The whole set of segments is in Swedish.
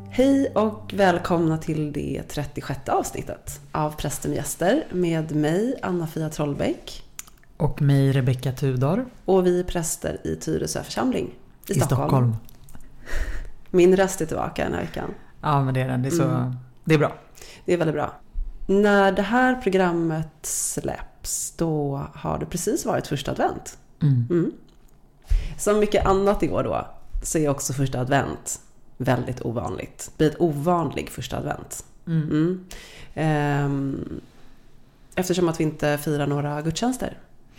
Hej och välkomna till det 36:e avsnittet av Präster med gäster med mig, Anna-Fia Trollbäck. Och mig, Rebecka Tudor. Och vi är präster i Tyresö församling i Stockholm. Min röst är tillbaka den här veckan. Ja, men det är den. Det är bra. Det är väldigt bra. När det här programmet släpps, då har det precis varit första advent. Som mycket annat i år då, så är också första advent väldigt ovanligt. Det blir ett ovanlig första advent. Eftersom att vi inte firar några gudstjänster.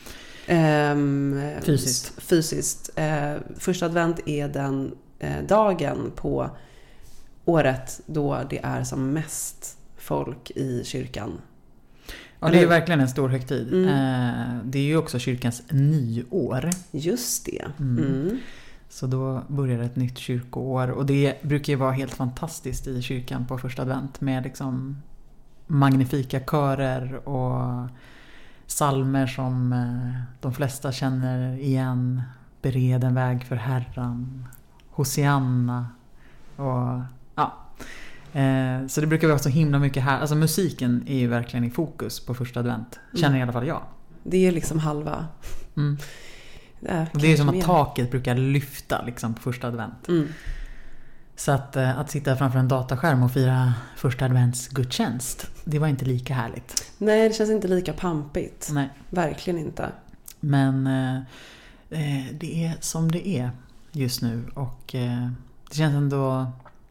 Fysiskt. Första advent är den dagen på året då det är som mest folk i kyrkan. Ja, det är verkligen en stor högtid. Det är ju också kyrkans nyår. Just det. Så då börjar ett nytt kyrkoår. Och det brukar ju vara helt fantastiskt i kyrkan på första advent. Med liksom magnifika körer och psalmer som de flesta känner igen. Bered en väg för Herran. Hosianna. Och ja. Så det brukar vara så himla mycket här. Alltså musiken är ju verkligen i fokus på första advent. Känner i alla fall jag. Det är liksom halva. Det är som att taket brukar lyfta liksom på första advent. Så att sitta framför en dataskärm och fira första advents gudstjänst, det var inte lika härligt. Nej, det känns inte lika pampigt. Nej. Verkligen inte. Men det är som det är just nu. Och det känns ändå...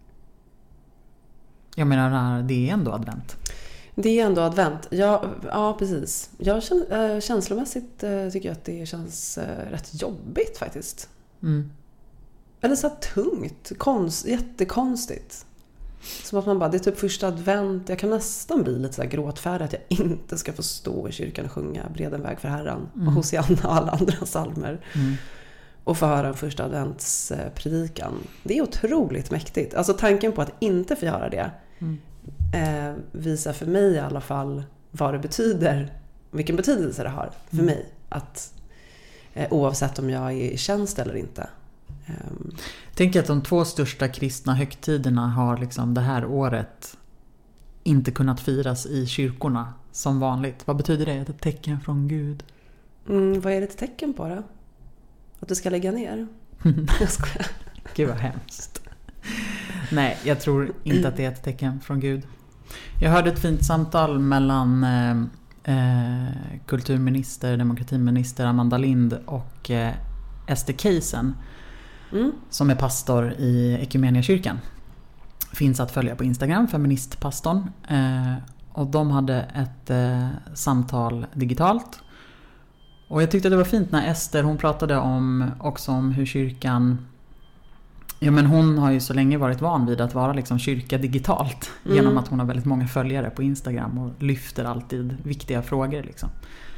Jag menar, det är ändå advent. Det är ändå advent. Ja, precis. Jag känslomässigt tycker jag att det känns rätt jobbigt faktiskt. Eller så tungt. Jättekonstigt. Som att man bara, det är typ första advent. Jag kan nästan bli lite så här gråtfärdig att jag inte ska få stå i kyrkan och sjunga Bered en väg för Herran och Hosianna och alla andra psalmer. Och få höra en första advents predikan. Det är otroligt mäktigt. Alltså tanken på att inte få göra det visar för mig i alla fall vad det betyder, vilken betydelse det har för mig att oavsett om jag är i tjänst eller inte. Tänk att de 2 största kristna högtiderna har liksom det här året inte kunnat firas i kyrkorna som vanligt. Vad betyder det? Ett tecken från Gud? Vad är det ett tecken på då? Att du ska lägga ner? Jag skojar. Gud vad hemskt. Nej, jag tror inte att det är ett tecken från Gud. Jag hörde ett fint samtal mellan kulturminister, demokratiminister Amanda Lind och Ester Keisen som är pastor i Ekumeniakyrkan. Finns att följa på Instagram, feministpastorn. Och de hade ett samtal digitalt. Och jag tyckte att det var fint när Ester, hon pratade också om hur kyrkan... Ja, men hon har ju så länge varit van vid att vara liksom kyrka digitalt. Genom att hon har väldigt många följare på Instagram och lyfter alltid viktiga frågor liksom.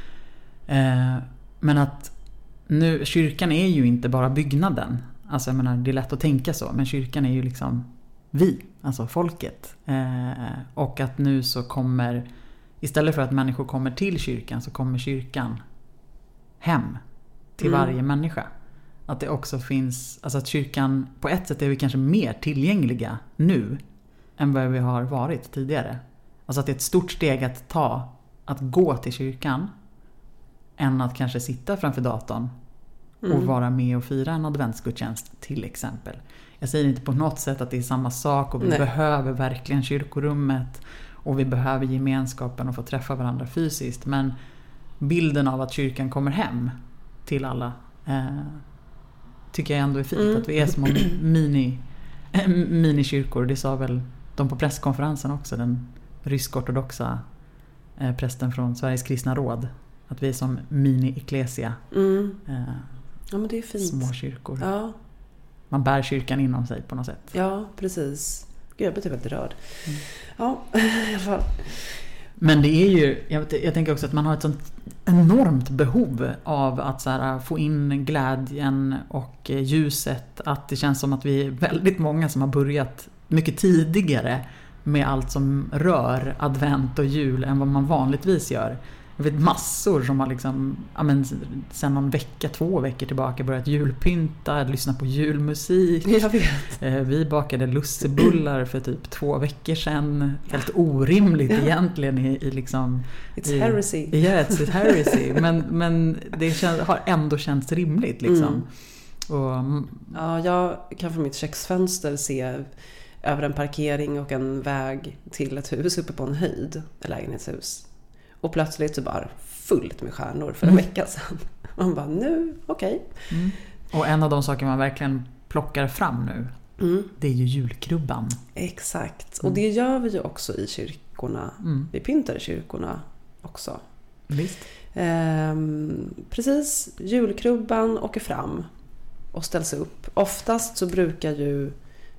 Men att nu, kyrkan är ju inte bara byggnaden. Alltså jag menar, det är lätt att tänka så. Men kyrkan är ju liksom vi, alltså folket. Och att nu så kommer, istället för att människor kommer till kyrkan, så kommer kyrkan hem till varje människa. Att det också finns, alltså att kyrkan på ett sätt är vi kanske mer tillgängliga nu än vad vi har varit tidigare. Alltså att det är ett stort steg att ta, att gå till kyrkan än att kanske sitta framför datorn och vara med och fira en adventsgudstjänst till exempel. Jag säger inte på något sätt att det är samma sak och vi behöver verkligen kyrkorummet och vi behöver gemenskapen och få träffa varandra fysiskt, men bilden av att kyrkan kommer hem till alla tycker jag ändå är fint. Att vi är små minikyrkor. Det sa väl de på presskonferensen också, den rysk-ortodoxa prästen från Sveriges kristna råd. Att vi är som mini-eklesia. Ja, men det är fint. Små kyrkor. Ja. Man bär kyrkan inom sig på något sätt. Ja, precis. Gud, jag blir typ väldigt rörd. Ja, i alla fall. Men det är ju, jag tänker också att man har ett sånt enormt behov av att så här, få in glädjen och ljuset. Att det känns som att vi är väldigt många som har börjat mycket tidigare med allt som rör advent och jul än vad man vanligtvis gör. Jag vet massor som har liksom, sen någon vecka, 2 veckor tillbaka börjat julpynta, lyssna på julmusik. Jag vet. Vi bakade lussebullar för typ 2 veckor sedan. Helt orimligt egentligen i liksom... It's heresy. Ja, it's heresy. Men det har ändå känts rimligt liksom. Ja, jag kan från mitt köksfönster se över en parkering och en väg till ett hus uppe på en höjd, ett lägenhetshus. Och plötsligt så bara fullt med stjärnor för en vecka sedan. Man bara, nu, okej. Och en av de saker man verkligen plockar fram nu, det är ju julkrubban. Exakt. Och det gör vi ju också i kyrkorna. Vi pyntar i kyrkorna också. Visst. Precis, julkrubban åker fram och ställs upp. Oftast så brukar ju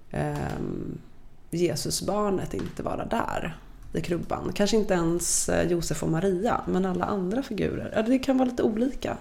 Jesusbarnet inte vara där i krubban. Kanske inte ens Josef och Maria, men alla andra figurer. Det kan vara lite olika.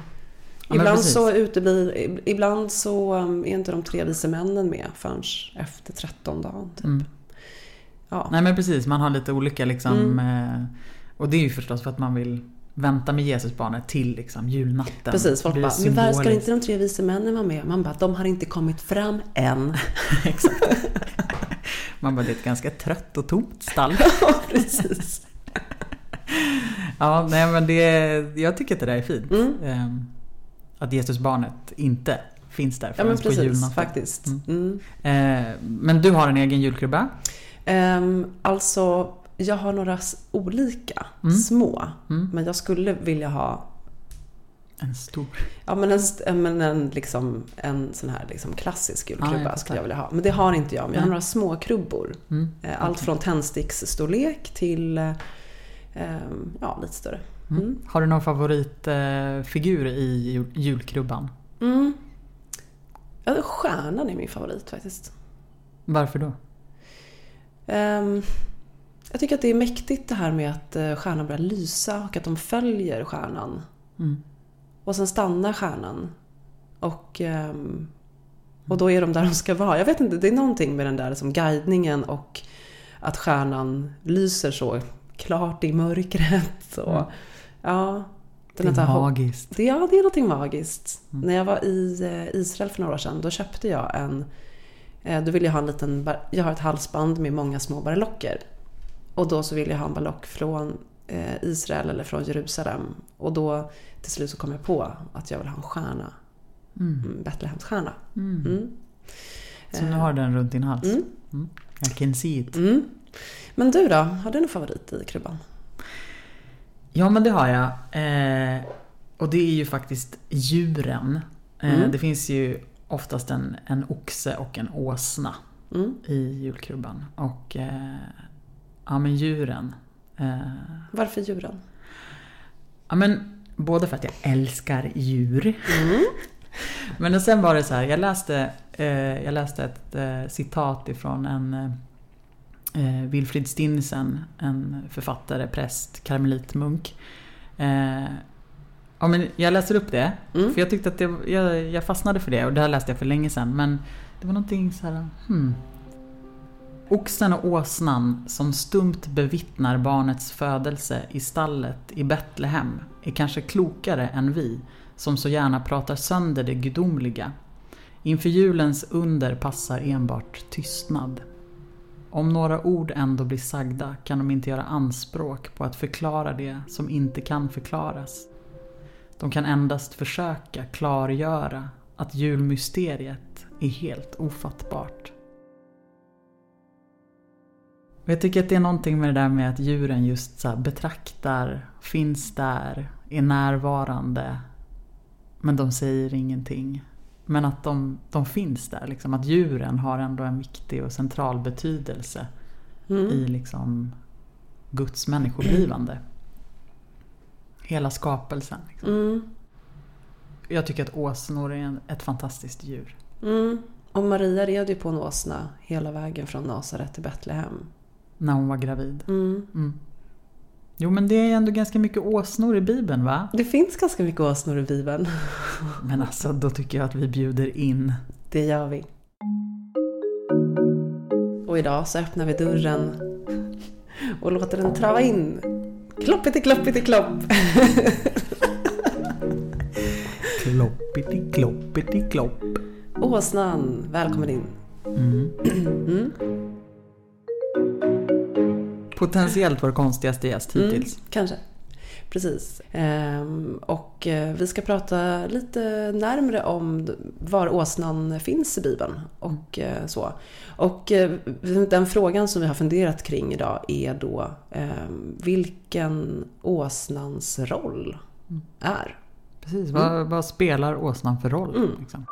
Ibland så är inte de 3 vise männen med förrän efter 13 dagen typ. Ja. Nej, men precis, man har lite olika liksom, och det är ju förstås för att man vill vänta med Jesusbarnet till liksom julnatten. Precis, folk bara, men varför ska inte de 3 vise männen vara med? Man bara, de har inte kommit fram än. Exakt. Man bara, det är ett ganska trött och tomt stall. Ja, precis. Ja, nej, men jag tycker att det där är fint. Att Jesusbarnet inte finns där förrän på julnatten. Faktiskt. Men du har en egen julkrubba? Alltså, jag har några olika små. Men jag skulle vilja ha en stor. Ja, men en sån här liksom klassisk julkrubba skulle jag vilja ha. Men det har inte jag. Men jag har några små krubbor. Allt från tändsticksstorlek till lite större. Har du någon favoritfigur i julkrubban? Ja, stjärnan är min favorit faktiskt. Varför då? Jag tycker att det är mäktigt det här med att stjärnan börjar lysa och att de följer stjärnan. Och sen stannar stjärnan. Och då är de där de ska vara. Jag vet inte, det är någonting med den där som guidningen och att stjärnan lyser så klart i mörkret. Och, det är magiskt. Det är någonting magiskt. När jag var i Israel för några år sedan, då köpte jag då ville jag ha en liten, jag har ett halsband med många små barlocker. Och då så ville jag ha en barlock från Israel eller från Jerusalem. Och då till slut så kom jag på att jag vill ha en stjärna. Betlehemsstjärna. Så nu har den runt din hals. I can see it. Men du då? Har du någon favorit i krubban? Ja, men det har jag. Och det är ju faktiskt djuren. Det finns ju oftast en oxe och en åsna i julkrubban. Och men djuren. Varför djuren? Ja, men både för att jag älskar djur. Men sen var det så här, jag läste ett citat ifrån en Wilfrid Stinsen, en författare, präst, karmelitmunk. Ja, men jag läser upp det för jag tyckte att jag fastnade för det, och det här läste jag för länge sedan, men det var någonting så här. Oxen och åsnan som stumt bevittnar barnets födelse i stallet i Betlehem är kanske klokare än vi som så gärna pratar sönder det gudomliga. Inför julens under passar enbart tystnad. Om några ord ändå blir sagda kan de inte göra anspråk på att förklara det som inte kan förklaras. De kan endast försöka klargöra att julmysteriet är helt ofattbart. Och jag tycker att det är någonting med det där med att djuren just så här betraktar, finns där, är närvarande, men de säger ingenting. Men att de finns där, liksom, att djuren har ändå en viktig och central betydelse i liksom Guds människoblivande. Hela skapelsen. Liksom. Jag tycker att åsnor är ett fantastiskt djur. Och Maria red ju på en åsna hela vägen från Nasaret till Betlehem. När hon var gravid. Jo, men det är ändå ganska mycket åsnor i Bibeln, va? Det finns ganska mycket åsnor i Bibeln. Men alltså, då tycker jag att vi bjuder in. Det gör vi. Och idag så öppnar vi dörren och låter den trava in Kloppity-kloppity-klopp. Kloppity-kloppity-klopp. Åsnan, välkommen in. Potentiellt vår konstigaste gäst hittills. Kanske. Precis. Och vi ska prata lite närmare om var åsnan finns i Bibeln och så. Och den frågan som vi har funderat kring idag är då vilken åsnans roll är. Precis, vad spelar åsnan för roll? Liksom?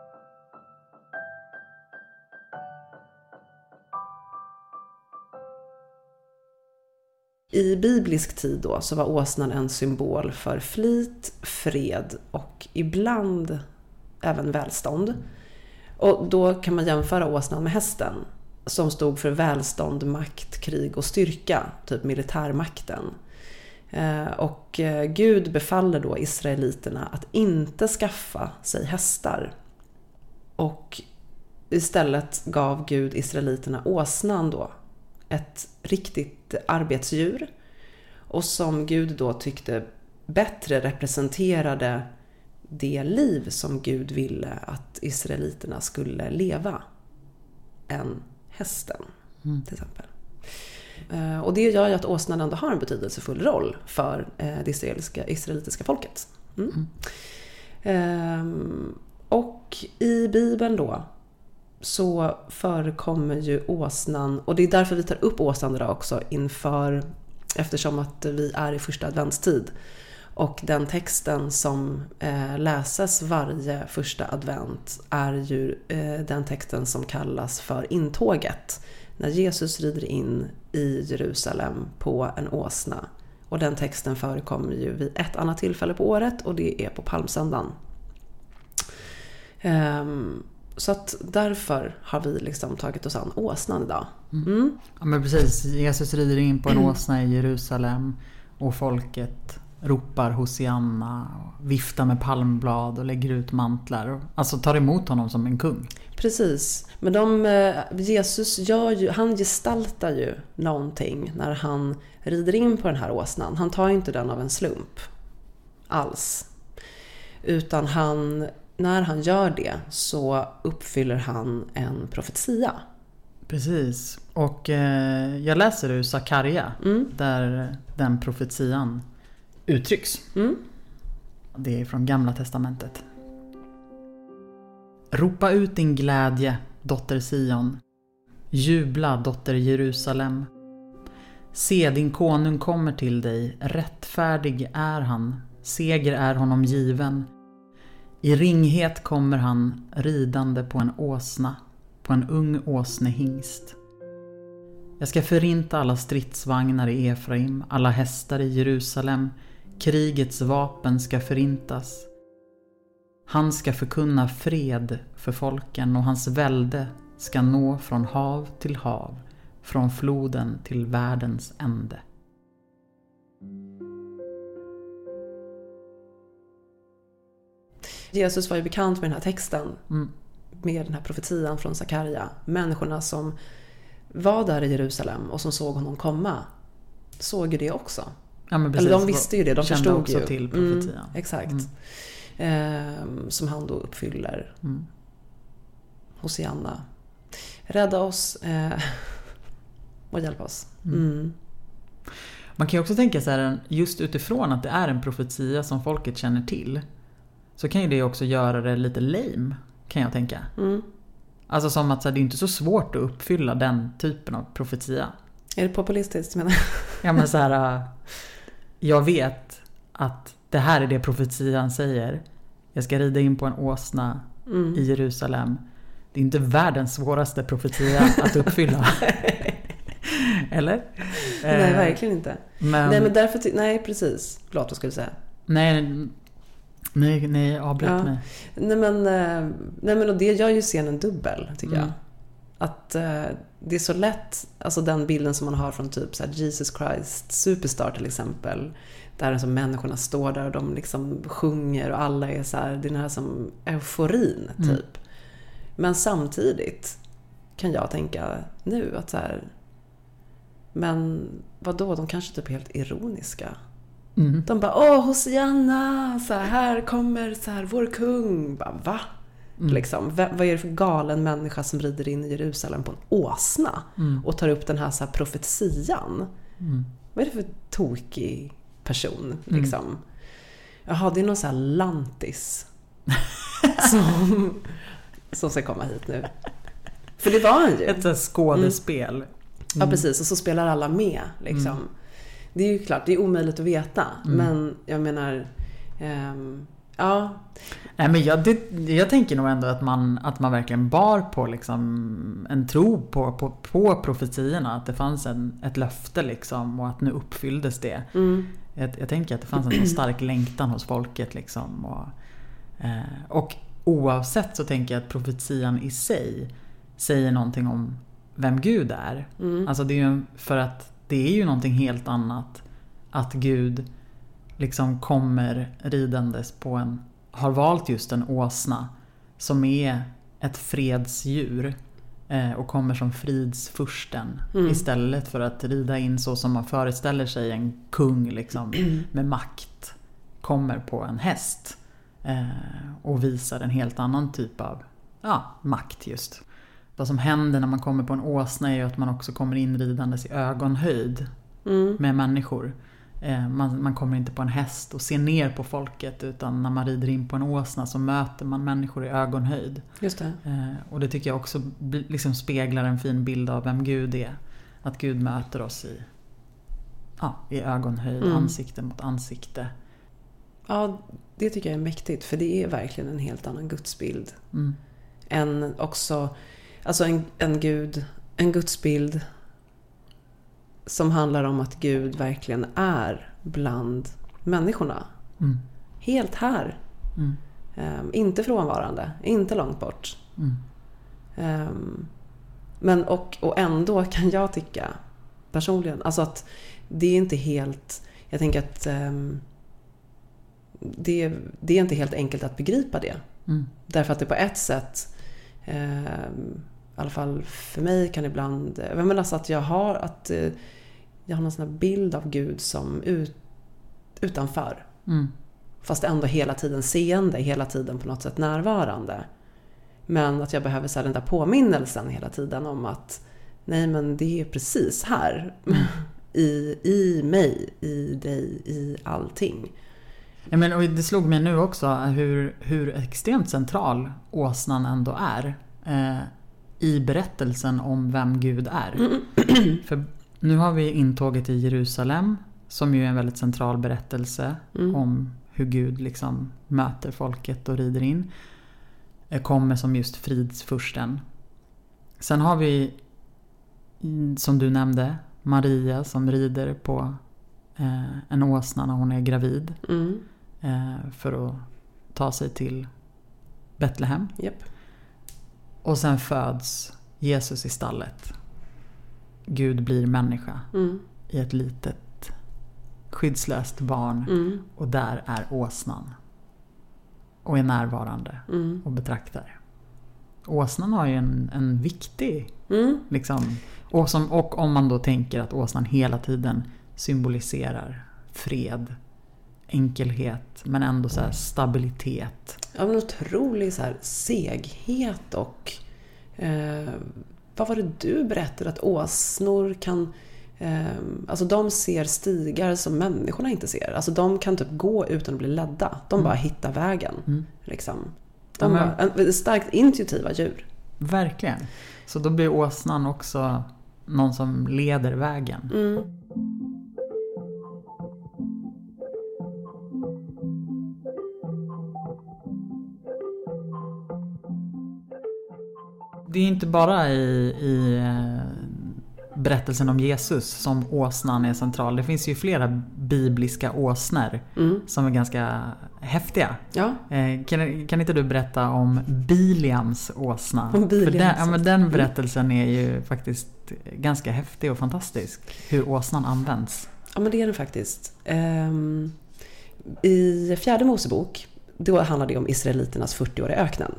I biblisk tid då så var åsnan en symbol för flit, fred och ibland även välstånd. Och då kan man jämföra åsnan med hästen som stod för välstånd, makt, krig och styrka, typ militärmakten. Och Gud befaller då israeliterna att inte skaffa sig hästar. Och istället gav Gud israeliterna åsnan då, ett riktigt arbetsdjur, och som Gud då tyckte bättre representerade det liv som Gud ville att israeliterna skulle leva än hästen till exempel. Och det gör ju att åsnan ändå har en betydelsefull roll för det israelitiska folket. Och i Bibeln då så förekommer ju åsnan, och det är därför vi tar upp åsnan idag också eftersom att vi är i första adventstid. Och den texten som läses varje första advent är ju den texten som kallas för intåget. När Jesus rider in i Jerusalem på en åsna. Och den texten förekommer ju vid ett annat tillfälle på året, och det är på palmsöndagen. Så att därför har vi liksom tagit oss an åsnan idag. Ja, men precis, Jesus rider in på en åsna i Jerusalem och folket ropar Hosianna och viftar med palmblad och lägger ut mantlar och alltså tar emot honom som en kung. Precis, men Jesus han gestaltar ju någonting när han rider in på den här åsnan. Han tar ju inte den av en slump alls, utan när han gör det så uppfyller han en profetia. Precis, och jag läser ur Sakarja där den profetian uttrycks. Det är från Gamla testamentet. Ropa ut din glädje, dotter Sion. Jubla, dotter Jerusalem. Se, din konung kommer till dig. Rättfärdig är han. Seger är honom given. I ringhet kommer han ridande på en åsna, på en ung åsnehingst. Jag ska förinta alla stridsvagnar i Efraim, alla hästar i Jerusalem. Krigets vapen ska förintas. Han ska förkunna fred för folken, och hans välde ska nå från hav till hav, från floden till världens ände. Jesus var ju bekant med den här texten, med den här profetian från Sakarja. Människorna som var där i Jerusalem och som såg honom komma såg ju det också. Ja, men precis. Eller de visste ju det, de förstod också ju till profetian. Exakt. Som han då uppfyller. Hosianna, rädda oss och hjälpa oss. Man kan ju också tänka så här, just utifrån att det är en profetia som folket känner till, så kan ju det också göra det lite lame, kan jag tänka. Alltså som att så här, det är inte så svårt att uppfylla den typen av profetia. Är det populistiskt, menar jag? Ja, men så här, jag vet att det här är det profetian säger. Jag ska rida in på en åsna i Jerusalem. Det är inte världens svåraste profetia att uppfylla. Eller? Nej, verkligen inte. Men därför nej, precis. Förlåt, vad skulle du säga? Nej, avbröt mig. Nej, men och det gör ju scenen dubbel, tycker jag. Att det är så lätt, alltså den bilden som man har från typ så här Jesus Christ Superstar till exempel, där alltså människorna står där och de liksom sjunger och alla är så här, det är den här som euforin typ. Men samtidigt kan jag tänka nu att så här, Men vadå, de kanske typ är helt ironiska. De bara, Hosianna, så här kommer så här vår kung. Bara, va? Liksom, vad är det för galen människa som rider in i Jerusalem på en åsna och tar upp den här, så här profetian? Vad är det för tokig person? Liksom? Jaha, det är någon så här lantis som ska komma hit nu. För det var han ju. Ett skådespel. Ja, precis. Och så spelar alla med. Liksom. Det är ju klart, det är omöjligt att veta. Men jag menar... ja. Nej, men jag tänker nog ändå att man verkligen bar på liksom en tro på profetierna. Att det fanns ett löfte liksom, och att nu uppfylldes det. Jag tänker att det fanns en stark längtan hos folket. Liksom, och oavsett så tänker jag att profetian i sig säger någonting om vem Gud är. Alltså det är ju, för att det är ju någonting helt annat att Gud liksom kommer ridandes på har valt just en åsna som är ett fredsdjur och kommer som fridsfursten istället för att rida in så som man föreställer sig en kung liksom, med makt kommer på en häst och visar en helt annan typ av makt just. Vad som händer när man kommer på en åsna är ju att man också kommer inridandes i ögonhöjd med människor. Man kommer inte på en häst och ser ner på folket, utan när man rider in på en åsna så möter man människor i ögonhöjd. Just det. Och det tycker jag också liksom speglar en fin bild av vem Gud är. Att Gud möter oss i ögonhöjd, ansikte mot ansikte. Ja, det tycker jag är mäktigt, för det är verkligen en helt annan gudsbild. Än också, alltså en gudsbild som handlar om att Gud verkligen är bland människorna. Helt här. Inte frånvarande, inte långt bort. Men och ändå kan jag tycka personligen, alltså att det är inte helt, jag tänker att det är inte helt enkelt att begripa det. Därför att det på ett sätt i alla fall för mig kan ibland, jag menar, så att jag har någon sån här bild av Gud som utanför. Fast ändå hela tiden seende, hela tiden på något sätt närvarande. Men att jag behöver så här, den där påminnelsen hela tiden om att nej, men det är precis här. I mig, i dig, i allting. Ja, men, och det slog mig nu också hur extremt central åsnan ändå är i berättelsen om vem Gud är. För nu har vi intåget i Jerusalem, som ju är en väldigt central berättelse om hur Gud liksom möter folket och rider in. Kommer som just fridsfursten. Sen har vi, som du nämnde, Maria som rider på en åsna när hon är gravid. För att ta sig till Betlehem. Yep. Och sen föds Jesus i stallet. Gud blir människa i ett litet skyddslöst barn. Och där är åsnan. Och är närvarande och betraktar. Åsnan har ju en viktig liksom, och om man då tänker att åsnan hela tiden symboliserar fred, enkelhet, men ändå så här stabilitet. Ja, men otrolig så här seghet och vad var det du berättade, att åsnor kan alltså de ser stigar som människorna inte ser. Alltså de kan typ gå utan att bli ledda. De bara hittar vägen. Liksom. Starkt intuitiva djur. Verkligen. Så då blir åsnan också någon som leder vägen. Det är inte bara i berättelsen om Jesus som åsnan är central. Det finns ju flera bibliska åsnor som är ganska häftiga. Ja. Kan inte du berätta om Biliams åsna? För den berättelsen är ju faktiskt ganska häftig och fantastisk. Hur åsnan används. Ja, men det är den faktiskt. I 4:e Mosebok, då handlar det om israeliternas 40 år i öknen.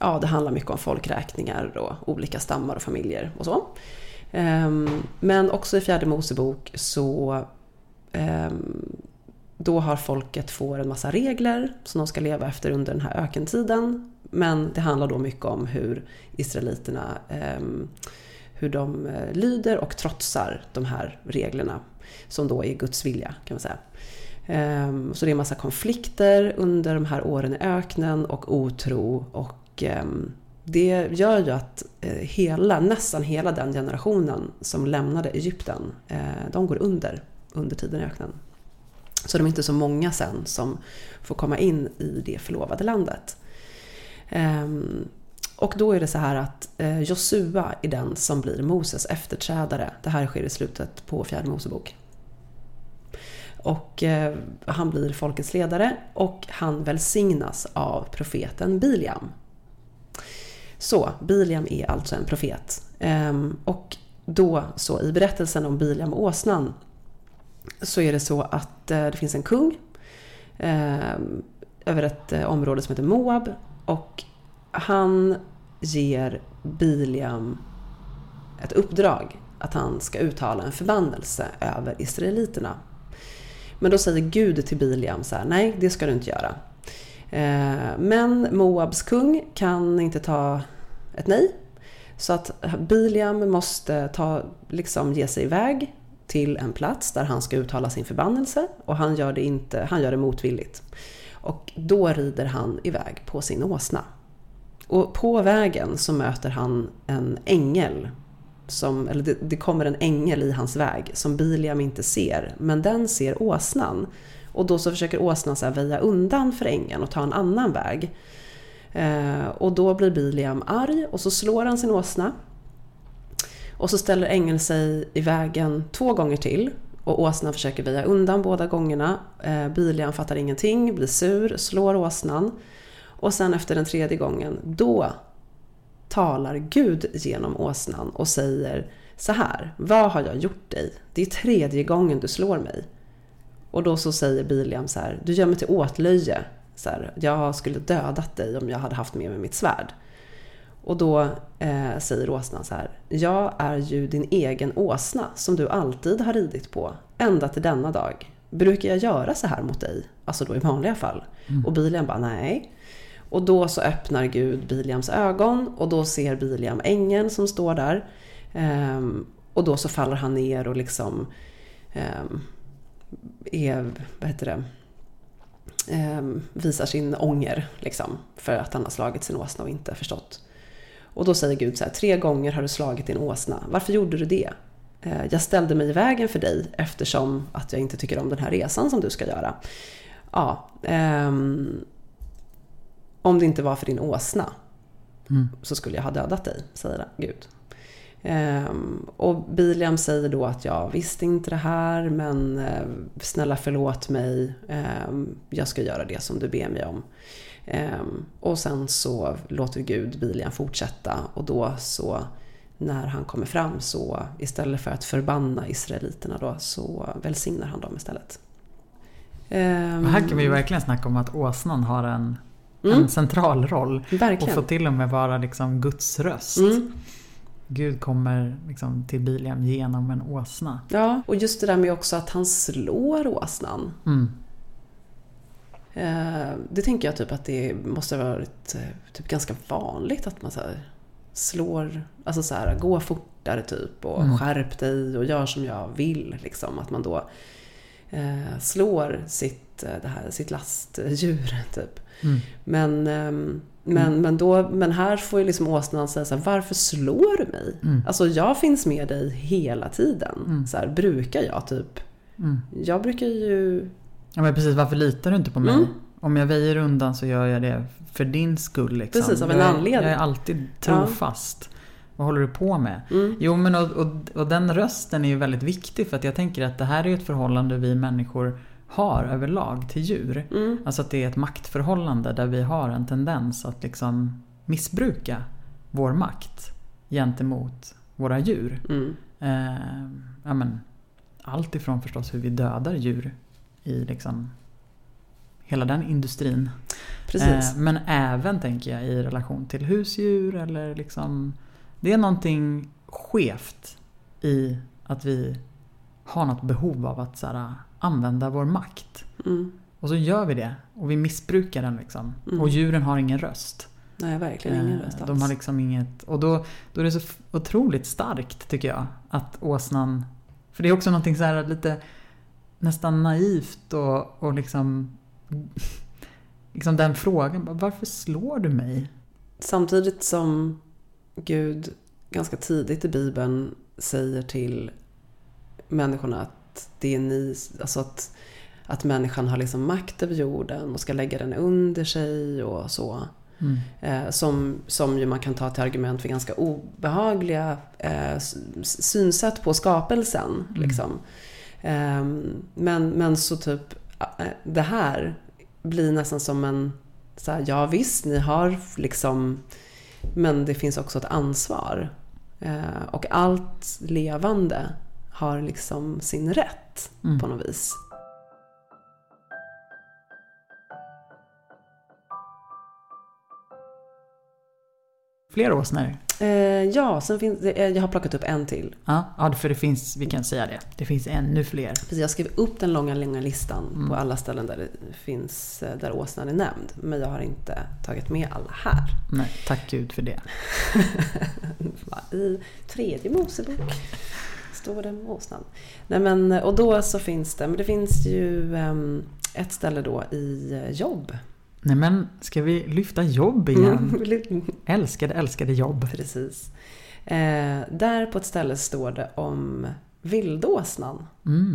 det handlar mycket om folkräkningar och olika stammar och familjer och så. Men också i 4:e Mosebok så då har folket får en massa regler som de ska leva efter under den här ökentiden. Men det handlar då mycket om hur israeliterna hur de lyder och trotsar de här reglerna som då är Guds vilja, kan man säga. Så det är en massa konflikter under de här åren i öknen och otro, och det gör ju att nästan hela den generationen som lämnade Egypten, de går under tiden i öknen. Så de är inte så många sen som får komma in i det förlovade landet. Och då är det så här att Josua är den som blir Moses efterträdare. Det här sker i slutet på 4:e Mosebok. Och han blir folkets ledare och han välsignas av profeten Biliam. Så Biliam är alltså en profet. Och då så i berättelsen om Biliam och åsnan så är det så att det finns en kung över ett område som heter Moab, och han ger Biliam ett uppdrag att han ska uttala en förbannelse över israeliterna. Men då säger Gud till Biliam så här: nej, det ska du inte göra. Men Moabs kung kan inte ta ett nej. Så att Biliam måste ge sig iväg till en plats där han ska uttala sin förbannelse, och han gör det motvilligt. Och då rider han iväg på sin åsna. Och på vägen så möter han en ängel, det kommer en ängel i hans väg som Biliam inte ser, men den ser åsnan. Och då så försöker åsnan så här väja undan för ängeln och ta en annan väg. Och då blir Biliam arg och så slår han sin åsna. Och så ställer ängeln sig i vägen 2 gånger till. Och åsnan försöker väja undan båda gångerna. Biliam fattar ingenting, blir sur, slår åsnan. Och sen efter den 3:e gången, då talar Gud genom åsnan och säger så här: vad har jag gjort dig? Det är 3:e gången du slår mig. Och då så säger Biliam så här: du gör mig till åtlöje. Så här, jag skulle dödat dig om jag hade haft med mig mitt svärd. Och då säger åsnan så här: jag är ju din egen åsna som du alltid har ridit på, ända till denna dag. Brukar jag göra så här mot dig? Alltså då i vanliga fall. Och Biliam bara nej. Och då så öppnar Gud Biliams ögon, och då ser Biliam ängeln som står där. Och då så faller han ner och liksom visar sin ånger liksom, för att han har slagit sin åsna och inte förstått. Och då säger Gud så här: 3 gånger har du slagit din åsna. Varför gjorde du det? Jag ställde mig i vägen för dig eftersom att jag inte tycker om den här resan som du ska göra. Ja, om det inte var för din åsna så skulle jag ha dödat dig, säger Gud. Och Biliam säger då att jag visste inte det här, men snälla förlåt mig, jag ska göra det som du ber mig om. Och sen så låter Gud Biliam fortsätta, och då så när han kommer fram så istället för att förbanna israeliterna då, så välsignar han dem istället. Här kan vi ju verkligen snacka om att åsnan har en central roll. Verkligen. Och får till och med vara liksom Guds röst. Gud kommer liksom till Biliam genom en åsna. Ja, och just det där med också att han slår åsnan. Det tänker jag typ att det måste ha varit typ ganska vanligt att man så här slår, alltså så här, gå fortare typ och skärp dig och gör som jag vill liksom, att man då slår sitt lastdjur typ. Men här får ju liksom åsnan säga så här: varför slår du mig? Alltså jag finns med dig hela tiden. Så här, brukar jag typ. Jag brukar ju. Ja, men precis, varför litar du inte på mig? Om jag väjer undan så gör jag det för din skull liksom. Precis, av en anledning. Jag är alltid trofast. Vad håller du på med? Jo, men och den rösten är ju väldigt viktig, för att jag tänker att det här är ett förhållande vi människor har överlag till djur. Alltså att det är ett maktförhållande där vi har en tendens att liksom missbruka vår makt gentemot våra djur. Ja, men, allt ifrån förstås hur vi dödar djur i liksom hela den industrin. Precis. Men även tänker jag i relation till husdjur eller liksom, det är någonting skevt i att vi har något behov av att så här, använda vår makt. Och så gör vi det och vi missbrukar den liksom. Och djuren har ingen röst. Nej, verkligen ingen röst alls. De har liksom inget, och då är det så otroligt starkt tycker jag att åsnan, för det är också någonting så här lite nästan naivt och liksom den frågan, varför slår du mig? Samtidigt som Gud ganska tidigt i Bibeln säger till människorna att det är ni, alltså att människan har liksom makt över jorden och ska lägga den under sig och så. Som ju man kan ta till argument för ganska obehagliga synsätt på skapelsen. Liksom. Men så typ det här blir nästan som en så här, ja visst, ni har liksom, men det finns också ett ansvar. Och allt levande har liksom sin rätt på något vis. Fler åsnor? Ja, sen finns jag har plockat upp en till. Ja, för det finns, vi kan säga det. Det finns ännu fler. Precis, jag skrev upp den långa listan på alla ställen där det finns, där åsnan är nämnd. Men jag har inte tagit med alla här. Nej, tack Gud för det. I 3:e Mosebok står det om åsnan. Nej, men, och då så finns det, men det finns ju ett ställe då i Jobb. Nej, men ska vi lyfta Jobb igen? Älskade Jobb. Precis. Där på ett ställe står det om vildåsnan.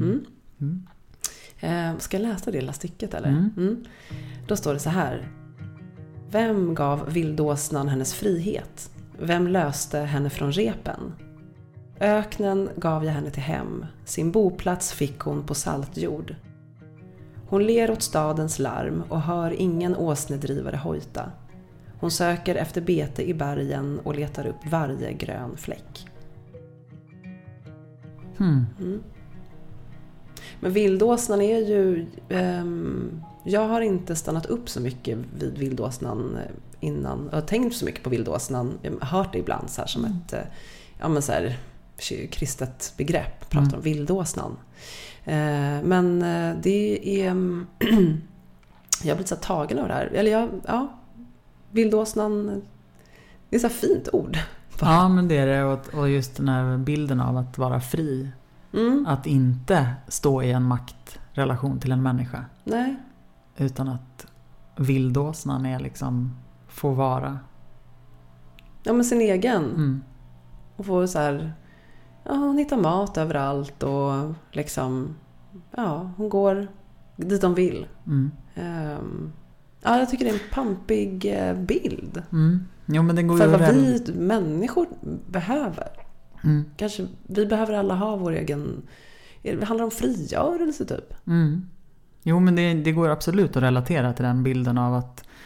Ska jag läsa det lilla stycket eller? Då står det så här. Vem gav vildåsnan hennes frihet? Vem löste henne från repen? Öknen gav jag henne till hem. Sin boplats fick hon på saltjord. Hon ler åt stadens larm och hör ingen åsnedrivare hojta. Hon söker efter bete i bergen och letar upp varje grön fläck. Men vildåsnan är ju... jag har inte stannat upp så mycket vid vildåsnan innan. Jag har tänkt så mycket på vildåsnan. Jag har hört det ibland så här som ett så här, kristet begrepp. Pratar om vildåsnan. Men det är... jag har blivit så tagen av det här. Eller vildåsnan... Det är så fint ord. Ja, men det är det. Och just den här bilden av att vara fri. Att inte stå i en maktrelation till en människa. Nej. Utan att vildåsnan är liksom... Få vara. Ja, men sin egen. Och få så här... Ja, hon hittar mat överallt och liksom, ja, hon går dit de vill. Ja, jag tycker det är en pampig bild. Jo, men den går för ju vad vi människor behöver. Kanske vi behöver alla ha vår egen... Det handlar om frigörelse typ. Jo, men det går absolut att relatera till den bilden av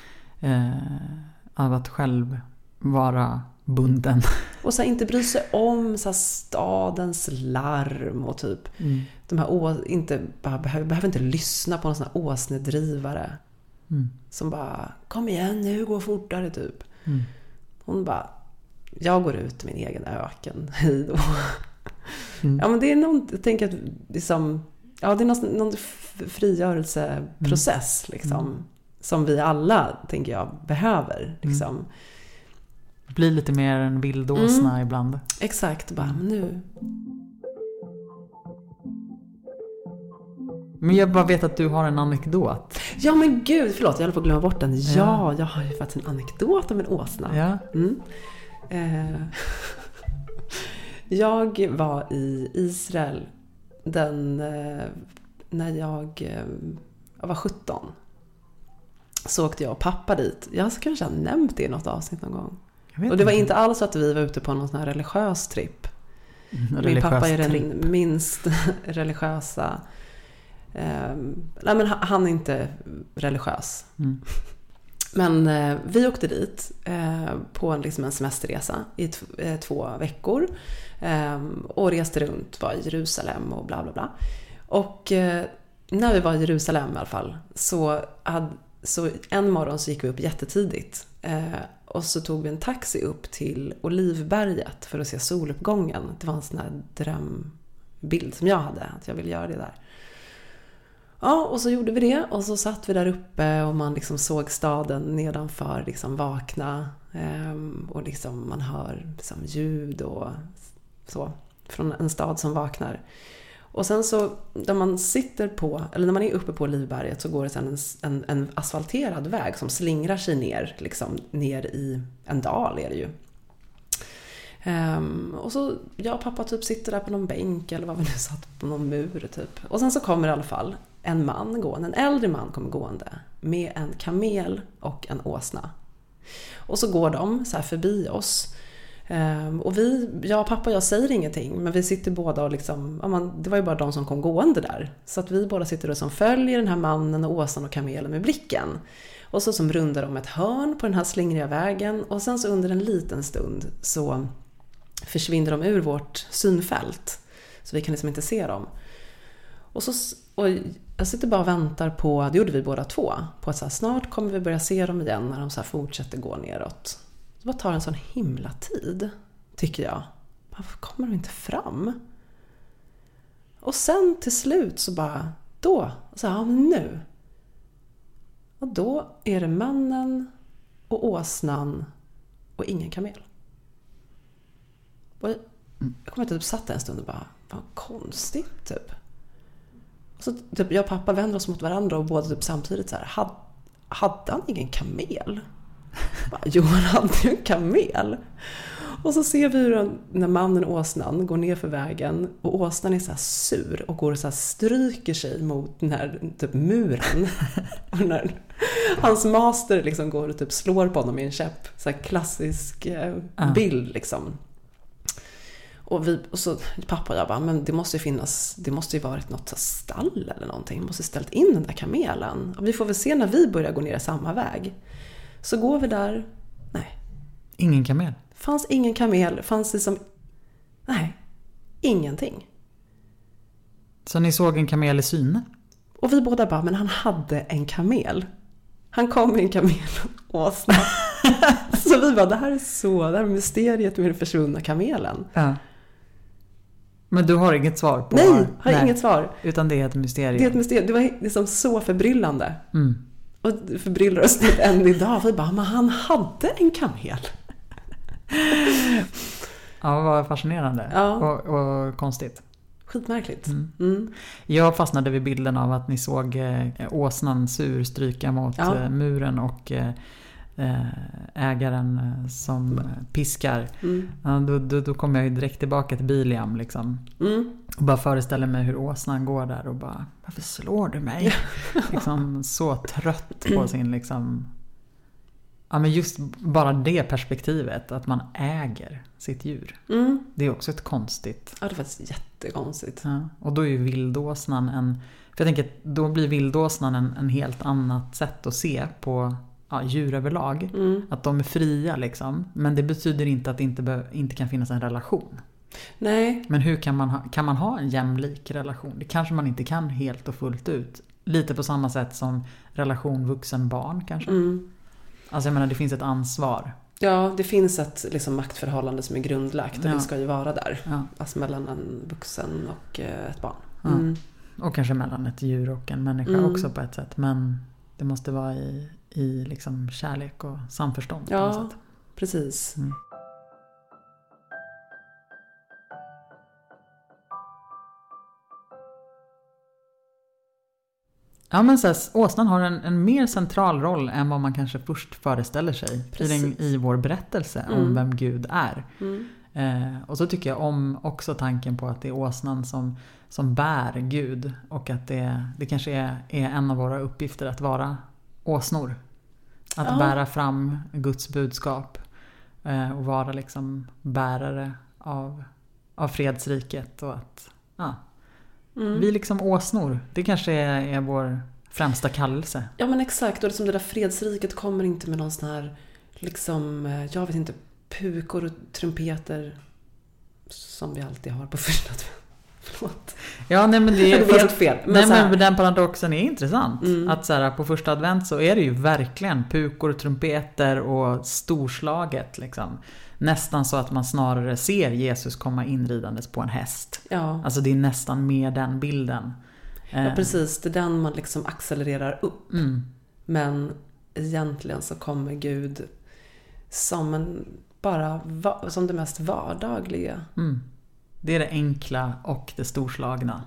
att själv vara bunden. Och så inte bry sig om så här, stadens larm och typ de här behöver inte lyssna på någon sån här åsnedrivare som bara kom igen nu, gå fortare typ. Hon bara, jag går ut i min egen öken hej då. Ja, men det är någon, jag tänker att liksom, ja, det är någon frigörelseprocess liksom, som vi alla, tänker jag, behöver liksom. Blir lite mer en vildåsna ibland. Exakt, bara nu. Men jag bara vet att du har en anekdot. Ja, men gud, förlåt, jag håller på att glömma bort den. Ja, jag har ju faktiskt en anekdot om en åsna. Ja. Jag var i Israel när jag var 17. Så åkte jag och pappa dit. Jag kanske har nämnt det i något avsnitt någon gång. Och det var inte alls så att vi var ute på någon sån här religiös tripp. Min pappa är den minst religiösa. Nej, men han är inte religiös. Men vi åkte dit på liksom en semesterresa i 2 veckor. Och reste runt, var i Jerusalem och bla bla bla. Och när vi var i Jerusalem i alla fall så Så en morgon så gick vi upp jättetidigt. Och så tog vi en taxi upp till Olivberget för att se soluppgången. Det var en sån här drömbild som jag hade, att jag ville göra det där. Ja, och så gjorde vi det. Och så satt vi där uppe och man liksom såg staden nedanför liksom vakna. Och liksom man hör liksom ljud och så från en stad som vaknar. Och sen så när man sitter på, eller när man är uppe på Olivberget, så går det sen en asfalterad väg som slingrar sig ner, liksom ner i en dal är det ju. Och så jag och pappa typ sitter där på någon bänk eller vad vi nu satt på någon mur typ. Och sen så kommer i alla fall en man gående, en äldre man kommer gående med en kamel och en åsna. Och så går de så här förbi oss. Och jag och pappa, jag säger ingenting, men vi sitter båda och liksom, det var ju bara de som kom gående där. Så att vi båda sitter och som följer den här mannen och åsnan och kamelen med blicken. Och så som rundar de ett hörn på den här slingriga vägen. Och sen så under en liten stund så försvinner de ur vårt synfält. Så vi kan liksom inte se dem. Och jag sitter bara och väntar på, det gjorde vi båda två, på att så här, snart kommer vi börja se dem igen när de så här fortsätter gå neråt. Det bara tar en sån himla tid, tycker jag. Varför kommer de inte fram? Och sen till slut så bara, men nu. Och då är det mannen och åsnan och ingen kamel. Och jag kommer typ satt en stund och bara, vad konstigt typ. Och så typ jag och pappa vänder oss mot varandra och båda typ samtidigt så här, hade han ingen kamel? Jo, han hade ju en kamel. Och så ser vi hur när mannen och åsnan går ner för vägen och åsnan är så här sur och går och så här stryker sig mot den här typ muren. Och när hans master liksom går och typ slår på honom i en käpp, så här klassisk bild liksom. Och så pappa och jag bara, men det måste ju varit något så stall eller någonting. Vi måste ställt in den där kamelen. Och vi får väl se när vi börjar gå ner samma väg. Så går vi där. Nej. Ingen kamel? Fanns ingen kamel. Fanns det som... Nej. Ingenting. Så ni såg en kamel i syne? Och vi båda bara, men han hade en kamel. Han kom med en kamel och snabbt. Så vi bara, det här är mysteriet med den försvunna kamelen. Ja. Men du har inget svar på... Nej, har inget svar. Utan det är ett mysterium. Det är ett mysterium. Det var liksom så förbryllande. Mm. Och det förbryllar oss än idag. Vi bara, men han hade en kamel. Ja, det var fascinerande. Ja. Och konstigt. Skitmärkligt. Jag fastnade vid bilden av att ni såg åsnan sur stryka mot muren och ägaren som piskar. Då kommer jag ju direkt tillbaka till Biliam liksom. Och bara föreställer mig hur åsnan går där och bara, varför slår du mig? Liksom så trött på sin liksom... Ja, men just bara det perspektivet, att man äger sitt djur. Det är också ett konstigt. Ja, det är faktiskt jättekonstigt. Ja, och då är ju vildåsnan för jag tänker att då blir vildåsnan en helt annat sätt att se på djur överlag. Att de är fria liksom. Men det betyder inte att det inte kan finnas en relation. Nej. Men hur kan man ha en jämlik relation? Det kanske man inte kan helt och fullt ut. Lite på samma sätt som relation vuxen-barn kanske. Alltså jag menar, det finns ett ansvar. Ja, det finns ett liksom maktförhållande som är grundlagt och det ska ju vara där. Ja. Alltså mellan en vuxen och ett barn. Och kanske mellan ett djur och en människa också på ett sätt. Men det måste vara i liksom kärlek och samförstånd på något sätt. Precis. Ja, men så här, åsnan har en mer central roll än vad man kanske först föreställer sig i vår berättelse om vem Gud är. Och så tycker jag om också tanken på att det är åsnan som bär Gud och att det kanske är en av våra uppgifter att vara åsnor. Att bära fram Guds budskap och vara liksom bärare av fredsriket och att vi liksom åsnor. Det kanske är vår främsta kallelse. Ja, men exakt. Och liksom det där fredsriket kommer inte med någon sån här liksom, jag vet inte, pukor och trumpeter som vi alltid har på första Förlåt. Ja, nej, men det är helt fel. Men den paradoxen är intressant. Att så här, på första advent så är det ju verkligen pukor, trumpeter och storslaget liksom. Nästan så att man snarare ser Jesus komma inridandes på en häst. Ja. Alltså det är nästan med den bilden. Ja, precis. Det är den man liksom accelererar upp. Men egentligen så kommer Gud som som det mest vardagliga. Det är det enkla och det storslagna.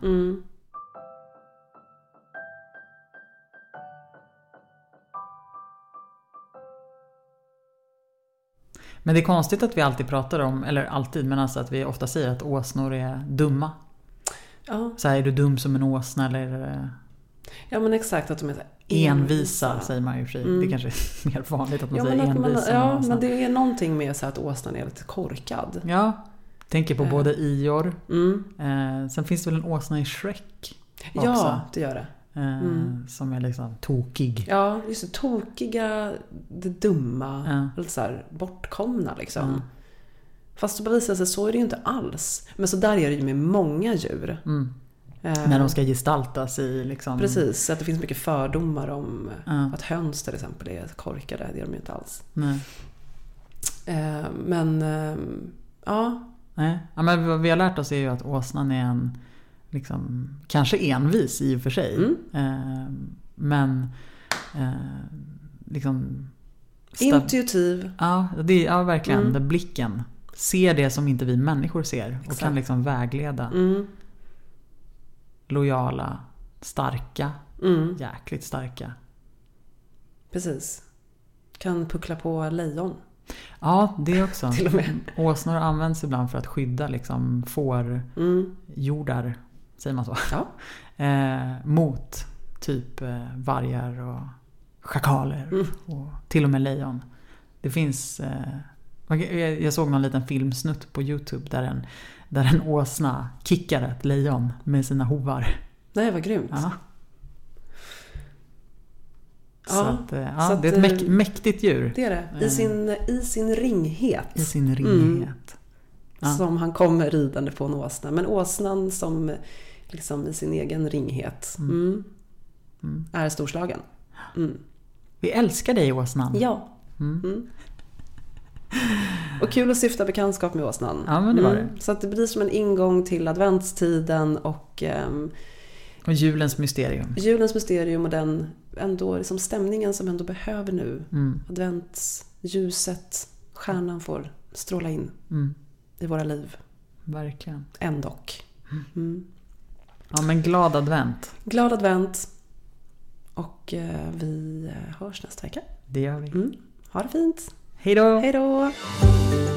Men det är konstigt att vi alltid pratar om, eller alltid, men alltså att vi ofta säger att åsnor är dumma. Ja. Så här, är du dum som en åsna eller... Ja, men exakt, att de är envisa säger man ju för sig. Det kanske är mer vanligt att man säger envisa. Ja, men det är någonting med så att åsnan är lite korkad. Ja, tänker på både Ior. Sen finns det väl en åsna i Shrek också. Ja, det gör det. Som är liksom tokig. Ja, just det. Tokiga, det dumma, eller så här, bortkomna liksom. Fast det visar sig så är det ju inte alls. Men så där är det ju med många djur. När de ska gestaltas i liksom... Precis, att det finns mycket fördomar om att höns till exempel är korkade. Det är de ju inte alls. Nej. Men Nej. Ja, men vad vi har lärt oss är ju att åsnan är en liksom, kanske envis i och för sig. Men liksom intuitiv. Ja, verkligen. Den blicken ser det som inte vi människor ser. Och kan liksom vägleda. Lojala, starka, jäkligt starka. Precis. Kan puckla på lejon. Ja, det också. Till och med. Åsnor används ibland för att skydda liksom jordar, säger man så. Ja. Mot typ vargar och schakaler och till och med lejon. Det finns jag såg någon liten filmsnutt på YouTube där en åsna kickar ett lejon med sina hovar. Nej, vad grymt. Ja. Så att det är ett mäktigt djur. Det är det. I sin ringhet. I sin ringhet. Som han kommer ridande på en åsna. Men åsnan som liksom i sin egen ringhet är storslagen. Vi älskar dig, åsnan. Ja. Och kul att syfta bekantskap med åsnan. Ja, men det var det. Så att det blir som en ingång till adventstiden och julens mysterium. Julens mysterium och den ändå liksom stämningen som ändå behöver nu. Adventsljuset, stjärnan får stråla in i våra liv. Verkligen. Ändock. Ja, men glad advent. Glad advent. Och vi hörs nästa vecka. Det gör vi. Ha det fint. Hej då. Hej då.